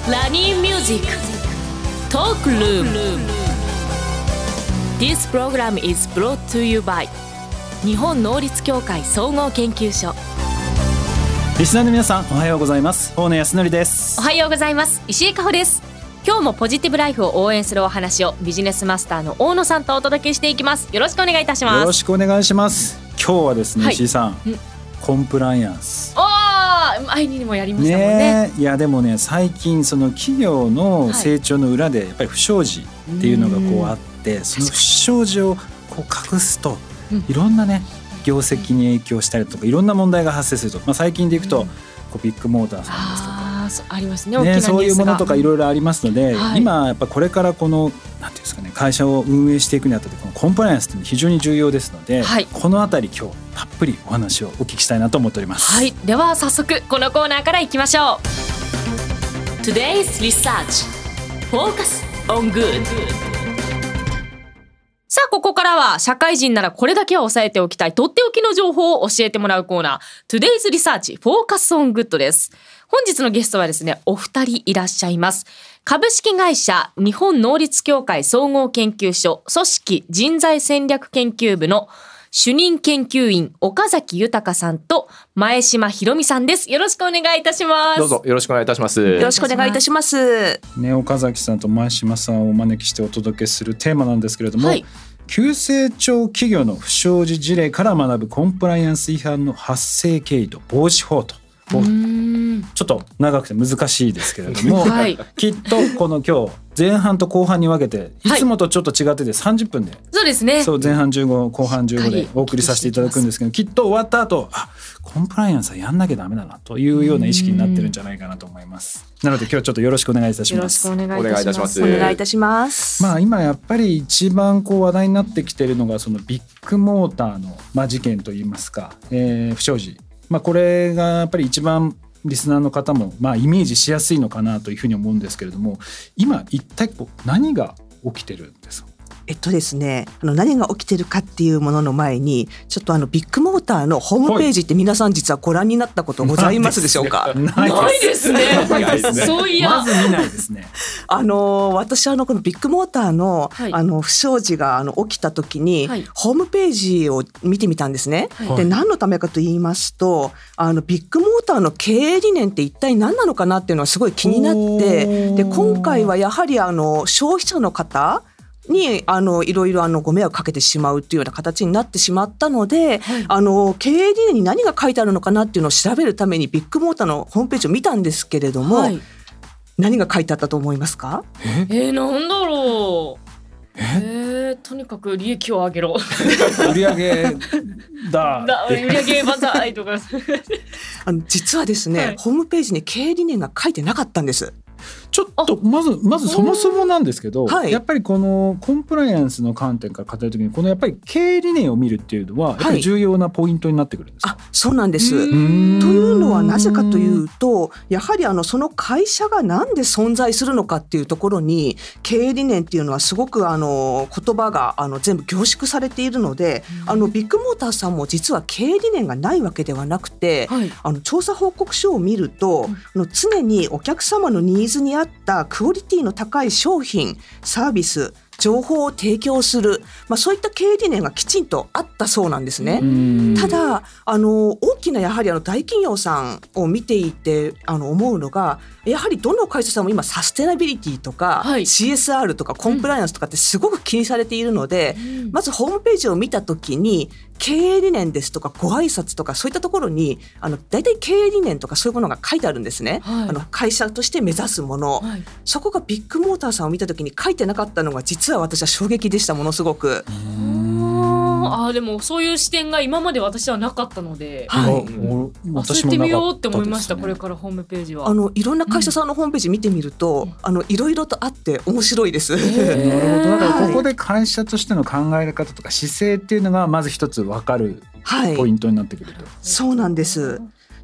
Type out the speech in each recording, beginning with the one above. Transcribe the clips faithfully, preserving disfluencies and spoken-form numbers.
ラニーミュージックトークルーム This program is brought to you by 日本能率協会総合研究所。 リスナーの皆さんおはようございます。大野康則です。 おはようございます。石井加穂です。今日もポジティブライフを応援するお話をビジネスマスターの大野さんとお届けしていきます。よろしくお願いいたします。 よろしくお願いします。今日はですね、はい、石井さん、コンプライアンス、 前にもやりましたもん ね, ねいやでもね、最近その企業の成長の裏でやっぱり不祥事っていうのがこうあって、はい、その不祥事をこう隠すといろんなね業績に影響したりとかいろんな問題が発生すると、まあ、最近でいくと、うん、こうビッグモーターさんですとかあ, ありますね、大きなニュースが、ね、 そういうものとかいろいろありますので、 はい、 今やっぱこれからこのなんていうんですかね、会社を運営していくにあたってこのコンプライアンスって非常に重要ですので、はい、このあたり今日たっぷりお話をお聞きしたいなと思っております。 はい、では早速このコーナーからいきましょう。 Today's Research Focus on Good。 さあここからは社会人ならこれだけは押さえておきたいとっておきの情報を教えてもらうコーナー Today's Research Focus on Good です。本日のゲストはですね、お二人いらっしゃいます。株式会社日本能率協会総合研究所組織人材戦略研究部の主任研究員岡崎豊さんと前島ひろみさんです。よろしくお願いいたします。 どうぞよろしくお願いいたします。 よろしくお願いいたします。 ね、岡崎さんと前島さんをお招きしてお届けするテーマなんですけれども、はい、急成長企業の不祥事事例から学ぶコンプライアンス違反の発生経緯と防止法と、うーんちょっと長くて難しいですけれども、はい、きっとこの今日前半と後半に分けていつもとちょっと違っててさんじゅっぷんで、はい、そうですね、そう前半じゅうご後半じゅうごでお送りさせていただくんですけど、きっと終わった後あコンプライアンスはやんなきゃダメだなというような意識になってるんじゃないかなと思います。なので今日ちょっとよろしくお願いいたします。 よろしくお願いいたします。お願いいたします。 まあ今やっぱり一番こう話題になってきているのがそのビッグモーターの、まあ、事件といいますか、えー、不祥事、まあ、これがやっぱり一番リスナーの方もまあイメージしやすいのかなというふうに思うんですけれども、今一体こう何が起きてるんですか？ えっとですね、あの何が起きてるかっていうものの前にちょっとあのビッグモーターのホームページって皆さん実はご覧になったことございますでしょうか？ ないですね。そういやまず見ないですね。 あの私あのこのビッグモーターの、はい、あの不祥事があの起きた時に、はい、ホームページを見てみたんですね、はい、で何のためかと言いますと、あのビッグモーターの経営理念って一体何なのかなっていうのはすごい気になって、で今回はやはりあの消費者の方にあのいろいろあのご迷惑かけてしまうっていうような形になってしまったので、はい、あの経営理念に何が書いてあるのかなっていうのを調べるためにビッグモーターのホームページを見たんですけれども、はい、何が書いてあったと思いますか？ えー、なんだろう。えー、とにかく利益を上げろ売上だだ売上万歳とかあの実はですね、はい、ホームページに経営理念が書いてなかったんです。 ちょっとまずまずそもそもなんですけど、はい、やっぱりこのコンプライアンスの観点から語るときにこのやっぱり経営理念を見るっていうのはやっぱり重要なポイントになってくるんですか？ はい、あ、そうなんです。というのはなぜかというと、やはりあのその会社がなんで存在するのかっていうところに経営理念っていうのはすごくあの言葉があの全部凝縮されているので、あのビッグモーターさんも実は経営理念がないわけではなくて、はい、あの調査報告書を見ると、あの常にお客様のニーズに合ったクオリティの高い商品、サービス、情報を提供する、まあ、そういった経営理念がきちんとあったそうなんですね。ただあの大きなやはりあの大企業さんを見ていてあの思うのが、やはりどの会社さんも今サステナビリティとか、はい、シーエスアール とかコンプライアンスとかってすごく気にされているので、うん、まずホームページを見たときに経営理念ですとかご挨拶とかそういったところにあのだいたい経営理念とかそういうものが書いてあるんですね、はい、あの会社として目指すもの、はい、そこがビッグモーターさんを見たときに書いてなかったのが実は私は衝撃でした。ものすごく。 あ、でもそういう視点が今まで私はなかったので、 はい、 忘れてみようって思いました。これからホームページはあのいろんな会社さんのホームページ見てみると、うん、あのいろいろとあって面白いです。 なるほど。だからここで会社としての考え方とか姿勢っていうのがまず一つ分かるポイントになってくると、 はい、そうなんです。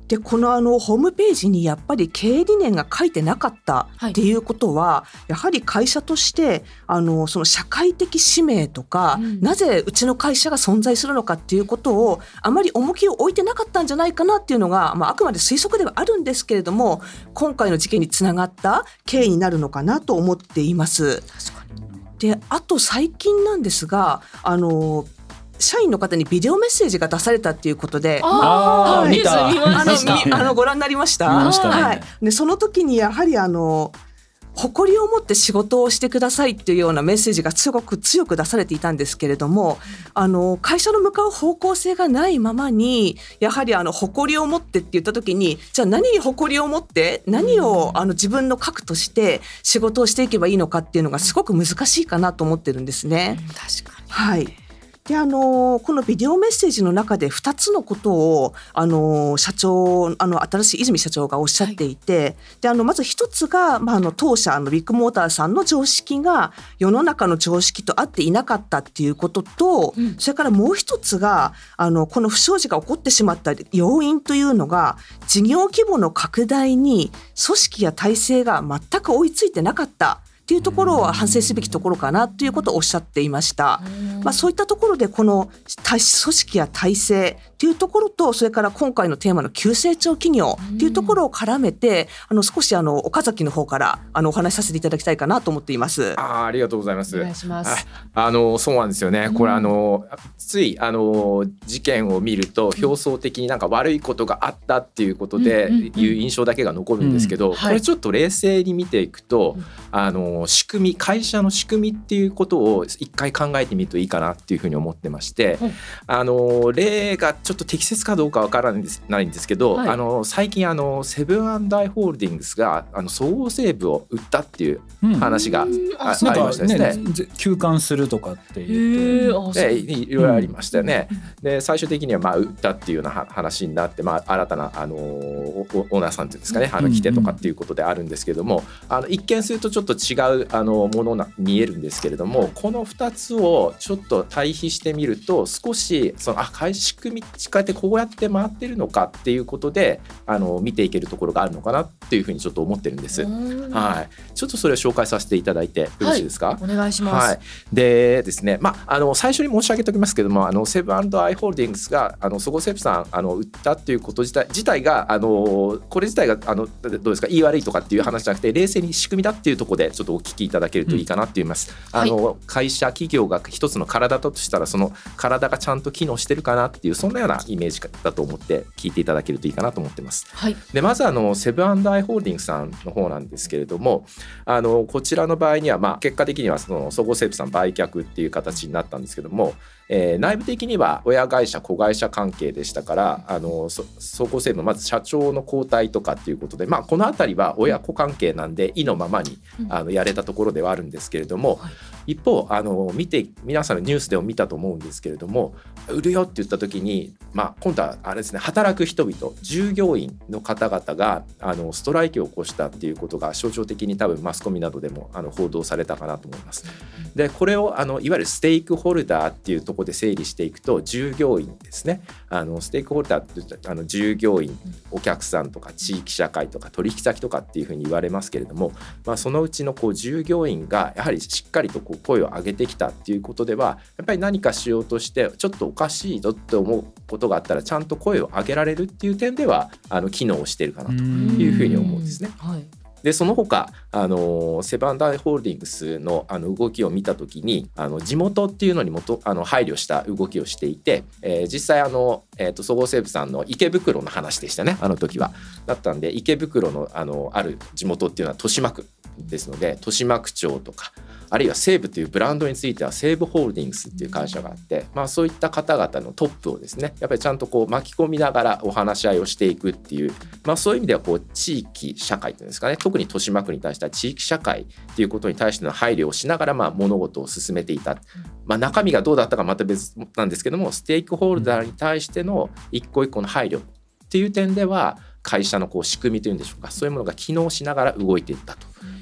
でこのあのホームページにやっぱり経営理念が書いてなかったっていうことは、はい、やはり会社としてあのその社会的使命とか、うん、なぜうちの会社が存在するのかっていうことをあまり重きを置いてなかったんじゃないかなっていうのが、まあ、あくまで推測ではあるんですけれども、今回の事件につながった経緯になるのかなと思っています。確かに。であと最近なんですが、あの社員の方にビデオメッセージが出されたっていうことで、 あ、はい、見たあのあのご覧になりました。 見ましたね。 はい、でその時にやはりあの誇りを持って仕事をしてくださいっていうようなメッセージがすごく強く出されていたんですけれども、あの会社の向かう方向性がないままにやはりあの誇りを持ってって言った時に、じゃあ何に誇りを持って何をあの自分の核として仕事をしていけばいいのかっていうのがすごく難しいかなと思ってるんですね。 確かに。 はい。であのこのビデオメッセージの中でふたつのことをあの社長あの新しい泉社長がおっしゃっていて、はい、であのまずひとつが、まあ、あの当社のビッグモーターさんの常識が世の中の常識と合っていなかったっていうことと、うん、それからもうひとつがあのこの不祥事が起こってしまった要因というのが、事業規模の拡大に組織や体制が全く追いついてなかったっていうところは反省すべきところかなということをおっしゃっていました。まあ、そういったところでこの組織や体制っていうところと、それから今回のテーマの急成長企業っていうところを絡めて、あの少しあの岡崎の方からあのお話しさせていただきたいかなと思っています。 あ, ありがとうございます。 お願いします。 ああのそうなんですよね。これあのついあの事件を見ると表層的になんか悪いことがあったっていうことでいう印象だけが残るんですけど、これちょっと冷静に見ていくと、あの仕組み会社の仕組みっていうことを一回考えてみるといいかなっていうふうに思ってまして、はい、あの例がちょっと適切かどうかわからないんです、ないんですけど、はい、あの最近あのセブン&アイ・ホールディングスがあのそごう・西武を売ったっていう話が、うん、あ, ありましたですね。 休館するとかって言っていろいろありましたよね。うん、で最終的にはまあ売ったっていうような話になって、まあ、新たなあのオーナーさんっていうんですかね、あの来てとかっていうことであるんですけども、あの一見するとちょっと違うあのものに見えるんですけれども、このふたつをちょっと対比してみると少しそのあ会社仕組み使ってこうやって回ってるのかっていうことであの見ていけるところがあるのかなっていうふうにちょっと思ってるんです。はい、ちょっとそれを紹介させていただいてよろしいですか。 はい、お願いします。 はい、でですね、まあ、あの最初に申し上げておきますけども、あのセブン&アイ・ホールディングスがあのそごう・西武さんあの売ったっていうこと自体自体があのこれ自体があのどうですか言い悪いとかっていう話じゃなくて、冷静に仕組みだっていうところでちょっとお聞きいただけるといいかなって言います。うん、あの、はい、会社企業が一つの体だとしたらその体がちゃんと機能してるかなっていう、そんなようなイメージだと思って聞いていただけるといいかなと思ってます。はい、でまずあのセブン&アイ・ホールディングスさんの方なんですけれども、あのこちらの場合には、まあ、結果的にはそのそごう・西武さん売却っていう形になったんですけども、えー、内部的には親会社子会社関係でしたから、あのそそごう・西武まず社長の交代とかっていうことで、まあ、このあたりは親子関係なんで意のままにあのやれたところではあるんですけれども、はい、一方あの見て皆さんのニュースでも見たと思うんですけれども、売るよって言った時に、まあ、今度はあれですね、働く人々従業員の方々があのストライキを起こしたっていうことが象徴的に多分マスコミなどでもあの報道されたかなと思います。でこれをあのいわゆるステークホルダーっていうところで整理していくと、従業員ですね、あのステークホルダーってあの従業員、お客さんとか地域社会とか取引先とかっていうふうに言われますけれども、まあ、そのうちのこう従業員がやはりしっかりとこう声を上げてきたっていうことでは、やっぱり何かしようとしてちょっとおかしいぞって思うことがあったらちゃんと声を上げられるっていう点ではあの機能しているかなというふうに思うんですね。はい、でその他あのセブン&アイ・ホールディングス の, あの動きを見たときに、あの地元っていうのにもとあの配慮した動きをしていて、えー、実際あの、えー、とそごう・西武さんの池袋の話でしたね、あの時は。だったんで池袋 の, あのある地元っていうのは豊島区ですので、豊島区長とかあるいは西武というブランドについては西武ホールディングスっていう会社があって、まあ、そういった方々のトップをですねやっぱりちゃんとこう巻き込みながらお話し合いをしていくっていう、まあ、そういう意味ではこう地域社会というんですかね、特に豊島区に対しては地域社会っていうことに対しての配慮をしながらまあ物事を進めていた、まあ、中身がどうだったかまた別なんですけども、ステークホルダーに対しての一個一個の配慮っていう点では会社のこう仕組みというんでしょうか、そういうものが機能しながら動いていったと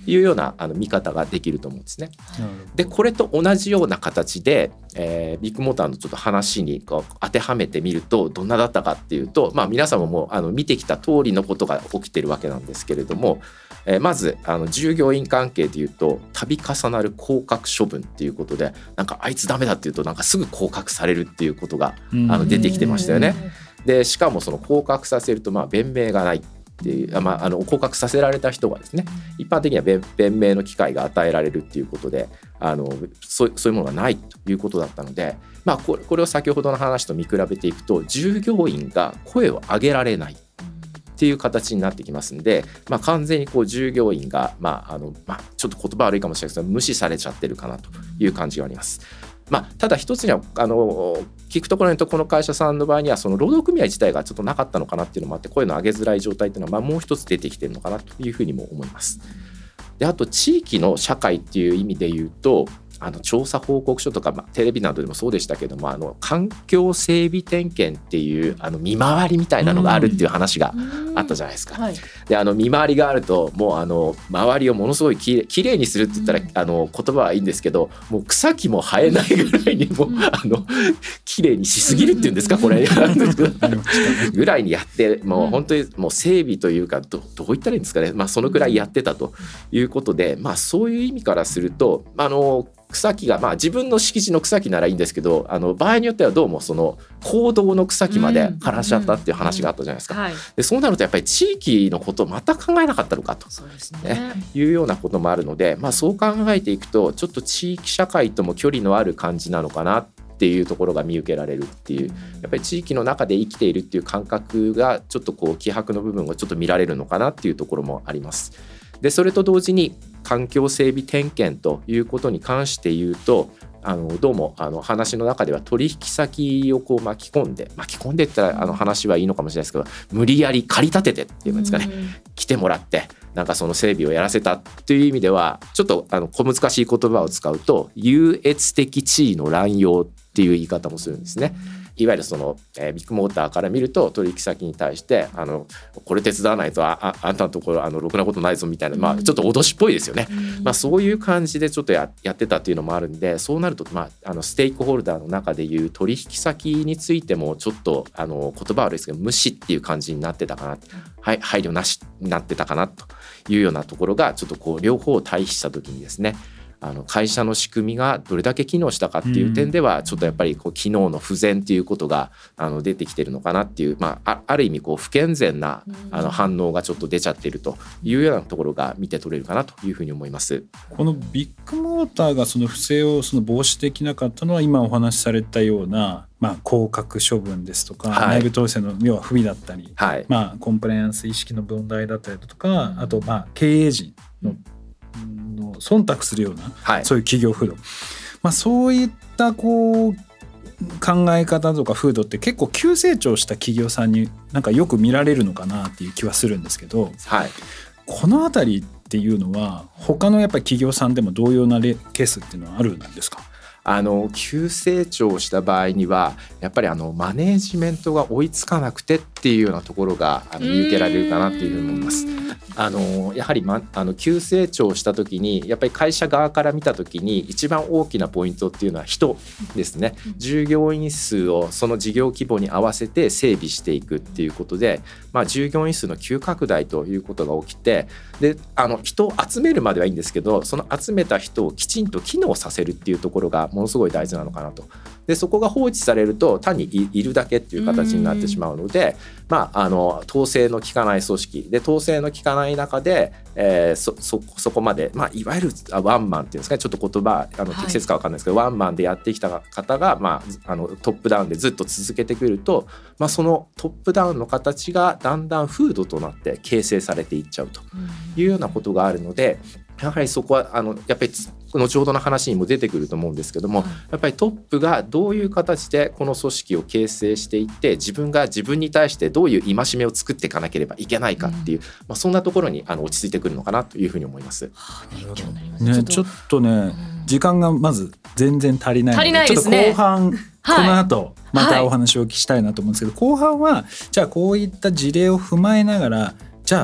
いうようなあの見方ができると思うんですね。でこれと同じような形で、えー、ビッグモーターのちょっと話にこう当てはめてみるとどんなだったかっていうと、まあ、皆さんももうあの見てきた通りのことが起きてるわけなんですけれども、えー、まずあの従業員関係でいうと度重なる降格処分っていうことで、なんかあいつダメだっていうとなんかすぐ降格されるっていうことがあの出てきてましたよね。でしかもその降格させるとまあ弁明がないっていう、まあ、あの降格させられた人がですね、一般的には 弁, 弁明の機会が与えられるっていうことで、あの そ, そういうものがないということだったので、まあ、こ, れこれを先ほどの話と見比べていくと従業員が声を上げられないっていう形になってきますんで、まあ、完全にこう従業員が、まああのまあ、ちょっと言葉悪いかもしれないですけど無視されちゃってるかなという感じがあります。まあ、ただ一つにはあの聞くところによるとこの会社さんの場合にはその労働組合自体がちょっとなかったのかなっていうのもあって、声の上げづらい状態っていうのはまあもう一つ出てきてるのかなというふうにも思います。であと地域の社会っていう意味で言うと、あの調査報告書とか、まあ、テレビなどでもそうでしたけども、あの環境整備点検っていうあの見回りみたいなのがあるっていう話があったじゃないですか。はい、であの見回りがあるともうあの周りをものすごいきれい、きれいにするって言ったら、うん、あの言葉はいいんですけど、もう草木も生えないぐらいにもう、うん、あのきれいにしすぎるっていうんですか、これぐらいにやって、もう本当にもう整備というか ど, どう言ったらいいんですかね、まあ、そのくらいやってたということで、まあ、そういう意味からするとあの草木が、まあ、自分の敷地の草木ならいいんですけど、あの場合によってはどうもその公道の草木まで枯らしちゃったっていう話があったじゃないですか。でそうなるとやっぱり地域のことを全く考えなかったのかと、そうですね、ね、いうようなこともあるので、まあ、そう考えていくとちょっと地域社会とも距離のある感じなのかなっていうところが見受けられるっていう、やっぱり地域の中で生きているっていう感覚がちょっとこう希薄の部分がちょっと見られるのかなっていうところもあります。でそれと同時に環境整備点検ということに関して言うと、あのどうもあの話の中では取引先をこう巻き込んで巻き込んでいったらあの話はいいのかもしれないですけど、無理やり借り立ててっていうんですかね、来てもらってなんかその整備をやらせたっていう意味ではちょっとあの小難しい言葉を使うと優越的地位の乱用っていう言い方もするんですね。いわゆるその、えー、ビッグモーターから見ると取引先に対してあのこれ手伝わないと あ, あ, あんたのところあのろくなことないぞみたいな、まあ、ちょっと脅しっぽいですよね。まあ、そういう感じでちょっと や, やってたっていうのもあるんで、そうなると、まあ、あのステークホルダーの中でいう取引先についてもちょっとあの言葉悪いですけど無視っていう感じになってたかな、はい、配慮なしになってたかなというようなところがちょっとこう両方を対比した時にですね、あの会社の仕組みがどれだけ機能したかっていう点ではちょっとやっぱりこう機能の不全っていうことがあの出てきてるのかなっていう、まあ、ある意味こう不健全なあの反応がちょっと出ちゃっているというようなところが見て取れるかなというふうに思います。 このビッグモーターがその不正をその防止できなかったのは今お話しされたような、まあ、降格処分ですとか、はい、内部統制の要は不備だったり、はい、まあ、コンプライアンス意識の問題だったりとか、あとまあ経営陣のの忖度するような、はい、そういう企業風土、まあ、そういったこう考え方とか風土って結構急成長した企業さんになんかよく見られるのかなっていう気はするんですけど、はい、このあたりっていうのは他のやっぱり企業さんでも同様なケースっていうのはあるんですか？ あの急成長した場合にはやっぱりあのマネージメントが追いつかなくてっていうようなところがあの見受けられるかなっていうふうに思います。あのやはり、ま、あの急成長した時にやっぱり会社側から見た時に一番大きなポイントっていうのは人ですね。従業員数をその事業規模に合わせて整備していくっていうことで、まあ、従業員数の急拡大ということが起きて、であの人を集めるまではいいんですけど、その集めた人をきちんと機能させるっていうところがものすごい大事なのかなと。でそこが放置されると単に い, いるだけっていう形になってしまうので、まあ、あの統制の効かない組織で統制の効かない中で、えー、そ, そ, そこまで、まあ、いわゆるワンマンっていうんですかね、ちょっと言葉あの適切か分かんないですけど、はい、ワンマンでやってきた方が、まあ、あのトップダウンでずっと続けてくると、まあ、そのトップダウンの形がだんだん風土となって形成されていっちゃうというようなことがあるので、やはりそこはあのやっぱり後ほどの話にも出てくると思うんですけども、やっぱりトップがどういう形でこの組織を形成していって自分が自分に対してどういう戒めを作っていかなければいけないかっていう、うん、まあ、そんなところにあの落ち着いてくるのかなというふうに思います。 はあ、勉強になりますね。ちょっとね、うん、時間がまず全然足りないので、足りないですね。ちょっと後半、はい、この後またお話をお聞きしたいなと思うんですけど、はい、後半はじゃあこういった事例を踏まえながら、じゃあ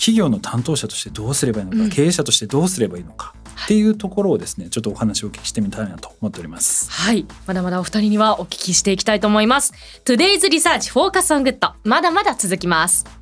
企業の担当者としてどうすればいいのか、うん、経営者としてどうすればいいのかっていうところをですねちょっとお話をお聞きしてみたいなと思っております。 はい、まだまだお二人にはお聞きしていきたいと思います。 Today's Research Focus on Good まだまだ続きます。